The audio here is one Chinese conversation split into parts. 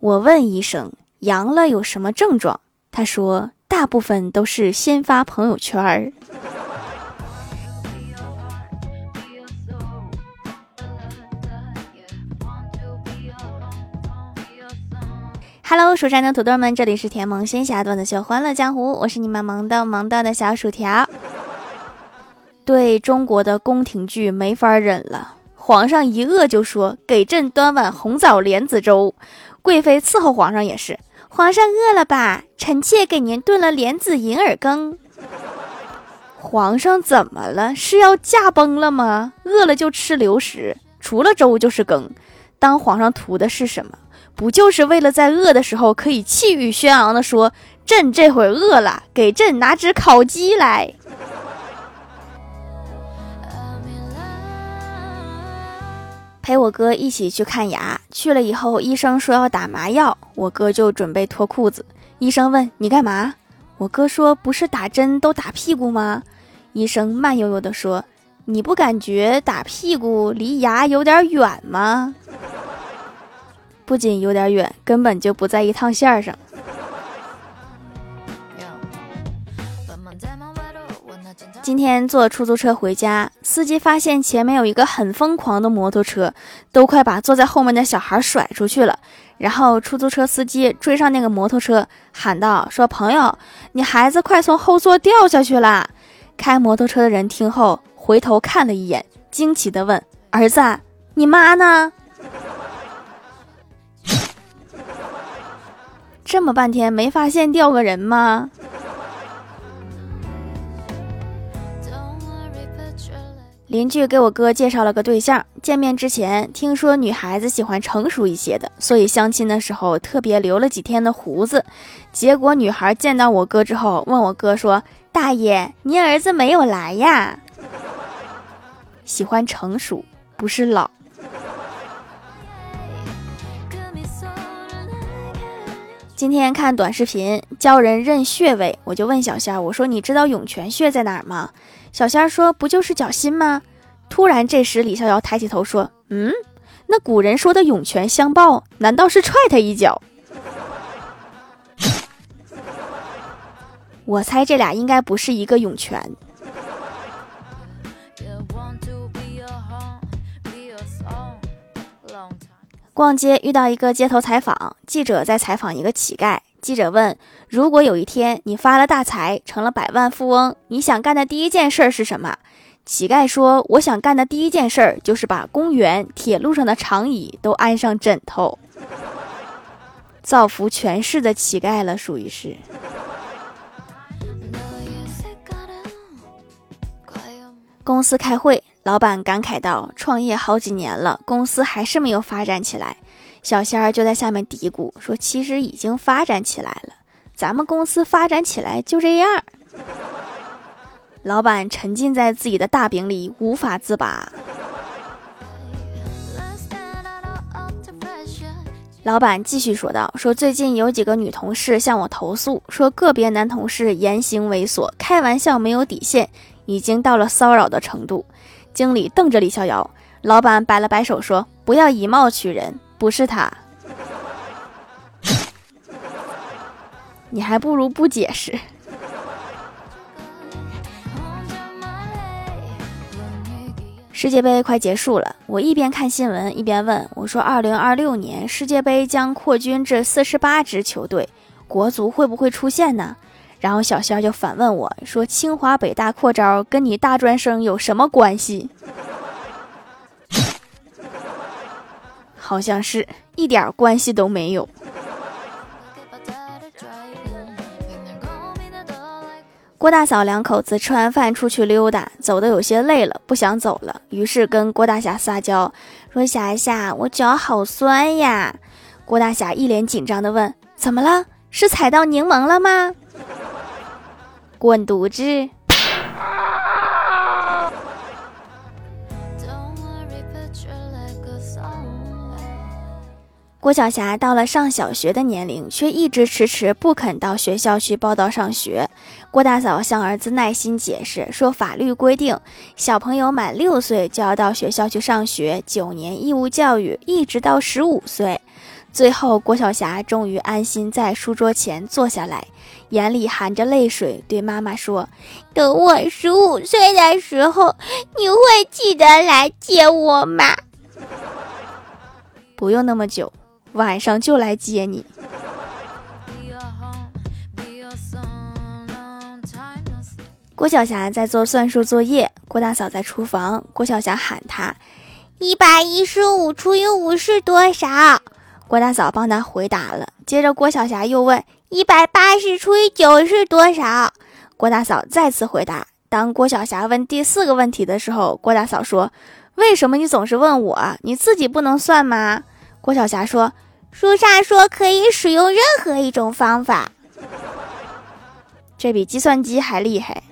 我问医生阳了有什么症状，他说大部分都是先发朋友圈。Hello， 蜀山的土豆们，这里是甜萌仙侠段子秀欢乐江湖，我是你们萌到的小薯条。对中国的宫廷剧没法忍了，皇上一饿就说给朕端碗红枣莲子粥，贵妃伺候皇上也是，皇上饿了吧，臣妾给您炖了莲子银耳羹。皇上怎么了？是要驾崩了吗？饿了就吃流食，除了粥就是羹，当皇上图的是什么？不就是为了在饿的时候可以气宇轩昂地说，朕这会儿饿了，给朕拿只烤鸡来。陪我哥一起去看牙，去了以后医生说要打麻药，我哥就准备脱裤子。医生问你干嘛？我哥说不是打针都打屁股吗？医生慢悠悠地说，你不感觉打屁股离牙有点远吗？不仅有点远，根本就不在一趟线上。今天坐出租车回家，司机发现前面有一个很疯狂的摩托车，都快把坐在后面的小孩甩出去了。然后出租车司机追上那个摩托车，喊道说，朋友，你孩子快从后座掉下去了。开摩托车的人听后回头看了一眼，惊奇地问，儿子，你妈呢？这么半天没发现掉个人吗？邻居给我哥介绍了个对象，见面之前听说女孩子喜欢成熟一些的，所以相亲的时候特别留了几天的胡子。结果女孩见到我哥之后问我哥说，大爷，您儿子没有来呀？喜欢成熟，不是老。今天看短视频教人认穴位，我就问小仙儿，我说你知道涌泉穴在哪儿吗？小仙儿说不就是脚心吗？突然这时李逍遥抬起头说，那古人说的涌泉相报难道是踹他一脚？我猜这俩应该不是一个涌泉。逛街遇到一个街头采访，记者在采访一个乞丐。记者问，如果有一天你发了大财，成了百万富翁，你想干的第一件事是什么？乞丐说，我想干的第一件事就是把公园、铁路上的长椅都安上枕头。造福全市的乞丐了，属于是。公司开会，老板感慨道，创业好几年了，公司还是没有发展起来。小仙儿就在下面嘀咕说，其实已经发展起来了，咱们公司发展起来就这样。老板沉浸在自己的大饼里无法自拔。老板继续说道，说最近有几个女同事向我投诉，说个别男同事言行猥琐，开玩笑没有底线，已经到了骚扰的程度。经理瞪着李逍遥，老板摆了摆手说，不要以貌取人，不是他。你还不如不解释。世界杯快结束了，我一边看新闻一边问，我说2026年世界杯将扩军至48支球队，国足会不会出现呢？然后小仙就反问我说，清华北大扩招跟你大专生有什么关系？好像是一点关系都没有。郭大嫂两口子吃完饭出去溜达，走得有些累了，不想走了，于是跟郭大侠撒娇说，霞霞，我脚好酸呀。郭大侠一脸紧张地问，怎么了？是踩到柠檬了吗？滚犊子！郭晓霞到了上小学的年龄，却一直迟迟不肯到学校去报到上学。郭大嫂向儿子耐心解释说，法律规定小朋友满6岁就要到学校去上学，9年义务教育，一直到15岁。 最后郭晓霞终于安心在书桌前坐下来，眼里含着泪水对妈妈说，等我15岁的时候，你会记得来接我吗？不用那么久，晚上就来接你。郭晓霞在做算术作业，郭大嫂在厨房，郭晓霞喊她，115除以5是多少？郭大嫂帮她回答了，接着郭晓霞又问，180除以9是多少？郭大嫂再次回答。当郭晓霞问第4个问题的时候，郭大嫂说，为什么你总是问我？你自己不能算吗？郭晓霞说，书上说可以使用任何一种方法。这比计算机还厉害。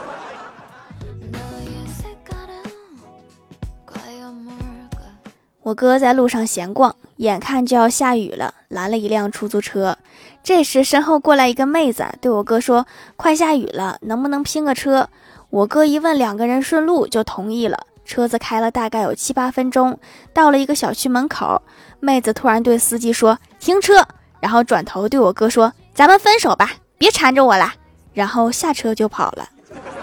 我哥在路上闲逛，眼看就要下雨了，拦了一辆出租车。这时身后过来一个妹子，对我哥说，快下雨了，能不能拼个车？我哥一问2个人顺路就同意了。车子开了大概有7、8分钟，到了一个小区门口，妹子突然对司机说，停车，然后转头对我哥说，咱们分手吧，别缠着我了，然后下车就跑了。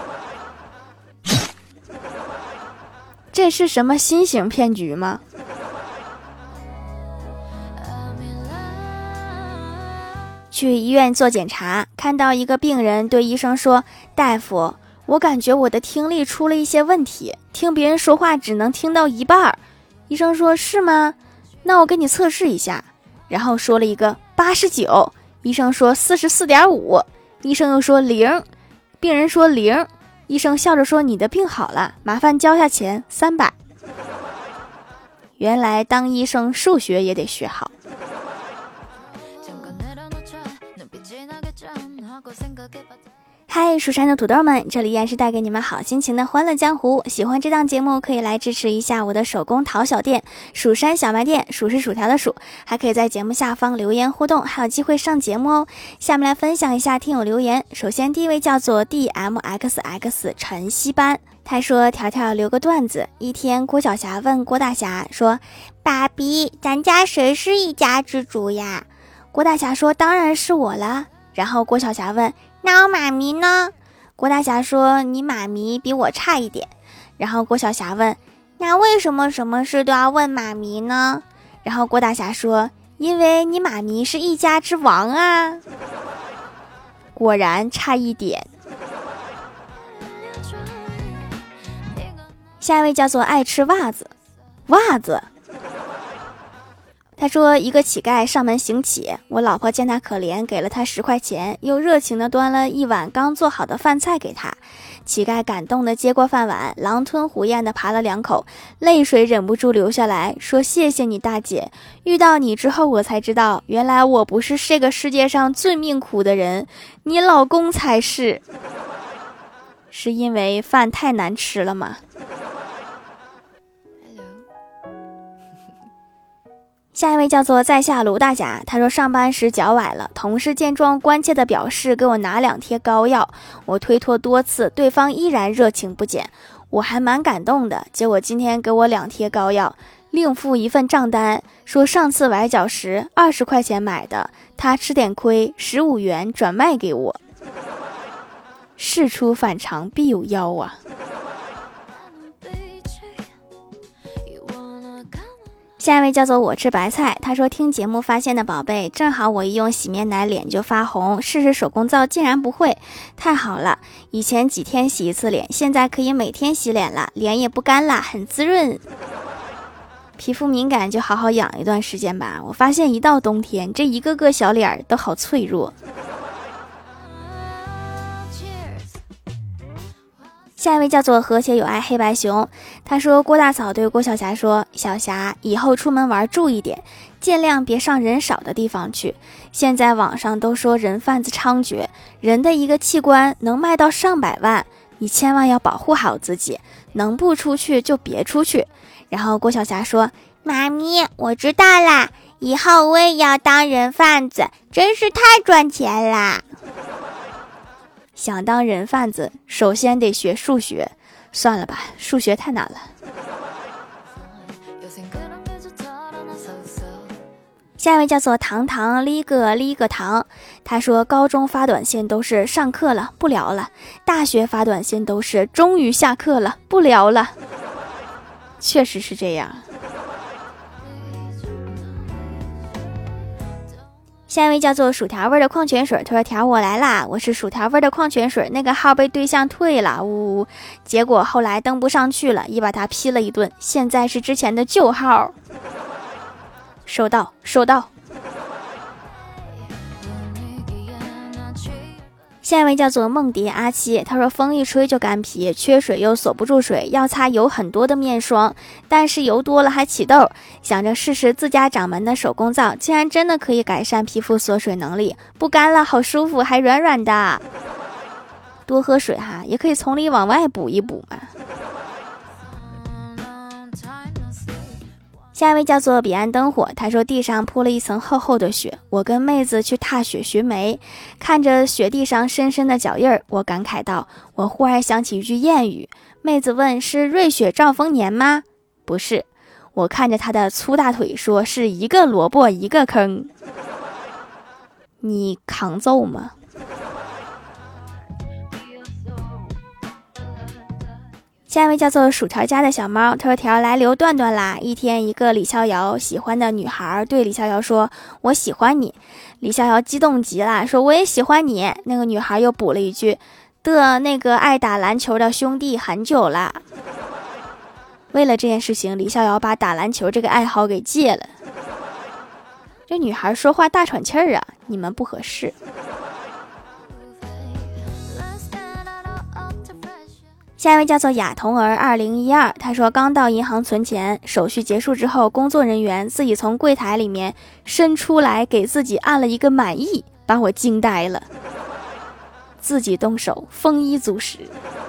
这是什么新型骗局吗？去医院做检查，看到一个病人对医生说，大夫，我感觉我的听力出了一些问题，听别人说话只能听到一半。医生说，是吗？那我给你测试一下。然后说了一个89，医生说 44.5， 医生又说0，病人说0，医生笑着说，你的病好了，麻烦交下钱300。原来当医生数学也得学好。嗨，蜀山的土豆们，这里依然是带给你们好心情的欢乐江湖。喜欢这档节目可以来支持一下我的手工淘小店蜀山小卖店，蜀是薯条的蜀，还可以在节目下方留言互动，还有机会上节目哦。下面来分享一下听友留言。首先第一位叫做 DMXX 晨曦班，他说，条条留个段子。一天郭晓霞问郭大侠说，爸比，咱家谁是一家之主呀？郭大侠说，当然是我了。然后郭晓霞问，那我妈咪呢？郭大侠说，你妈咪比我差一点。然后郭晓霞问，那为什么什么事都要问妈咪呢？然后郭大侠说，因为你妈咪是一家之王啊。果然差一点。下一位叫做爱吃袜子。他说，一个乞丐上门行乞，我老婆见他可怜，给了他10块钱，又热情地端了一碗刚做好的饭菜给他。乞丐感动地接过饭碗，狼吞虎咽地扒了2口，泪水忍不住流下来，说，谢谢你大姐，遇到你之后我才知道，原来我不是这个世界上最命苦的人，你老公才是。是因为饭太难吃了吗？下一位叫做在下卢大侠，他说，上班时脚崴了，同事见状关切地表示给我拿2贴膏药，我推脱多次，对方依然热情不减，我还蛮感动的。结果今天给我2贴膏药，另附一份账单，说上次崴脚时20块钱买的，他吃点亏，15元转卖给我。事出反常必有妖啊。下一位叫做我吃白菜，他说，听节目发现的宝贝，正好我一用洗面奶脸就发红，试试手工皂竟然不会，太好了，以前几天洗一次脸，现在可以每天洗脸了，脸也不干了，很滋润。皮肤敏感就好好养一段时间吧，我发现一到冬天，这一个个小脸都好脆弱。下一位叫做和谐有爱黑白熊，他说，郭大嫂对郭晓霞说，小霞，以后出门玩注意点，尽量别上人少的地方去，现在网上都说人贩子猖獗，人的一个器官能卖到上百万，你千万要保护好自己，能不出去就别出去。然后郭晓霞说，妈咪，我知道啦，以后我也要当人贩子，真是太赚钱啦。想当人贩子，首先得学数学，算了吧，数学太难了。 下一位叫做糖糖哩个糖，他说高中发短信都是上课了不聊了，大学发短信都是终于下课了不聊了。确实是这样。下一位叫做薯条味的矿泉水，他说条我来啦，我是薯条味的矿泉水，那个号被对象退了，呜，结果后来登不上去了，也把他批了一顿，现在是之前的旧号。收到。下一位叫做梦蝶阿七，他说风一吹就干皮，缺水又锁不住水，要擦油很多的面霜，但是油多了还起痘，想着试试自家掌门的手工皂，竟然真的可以改善皮肤锁水能力，不干了好舒服还软软的。多喝水哈，也可以从里往外补一补嘛。下一位叫做彼岸灯火，他说地上铺了一层厚厚的雪，我跟妹子去踏雪寻梅，看着雪地上深深的脚印儿，我感慨道，我忽然想起一句谚语，妹子问是瑞雪兆丰年吗？不是，我看着她的粗大腿说是一个萝卜一个坑。你扛揍吗？下一位叫做薯条家的小猫，他说条来留段段啦。一天，一个李逍遥喜欢的女孩对李逍遥说，我喜欢你。李逍遥激动极了，说我也喜欢你。那个女孩又补了一句，的那个爱打篮球的兄弟很久了。为了这件事情，李逍遥把打篮球这个爱好给戒了。这女孩说话大喘气儿啊，你们不合适。下一位叫做雅童儿2012，他说刚到银行存钱，手续结束之后，工作人员自己从柜台里面伸出来给自己按了一个满意，把我惊呆了。自己动手，丰衣足食。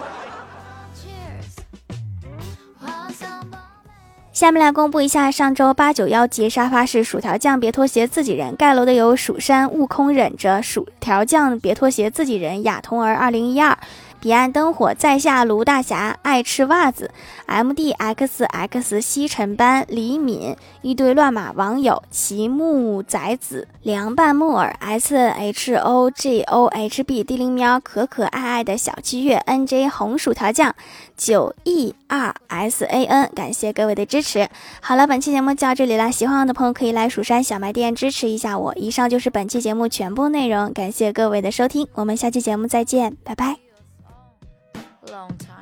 下面来公布一下上周891节沙发是薯条酱别拖鞋自己人盖楼的有蜀山悟空忍着，薯条酱别拖鞋自己人雅童儿2012，彼岸灯火在下卢大侠爱吃袜子 MDXX 西尘班李敏一堆乱码网友齐木宰子凉拌木耳 SHOGOHB 地灵喵可可爱爱的小七月 NJ 红薯条酱9ERSAN， 感谢各位的支持。好了，本期节目就到这里了，喜欢我的朋友可以来蜀山小卖店支持一下我。以上就是本期节目全部内容，感谢各位的收听，我们下期节目再见，拜拜。Long time.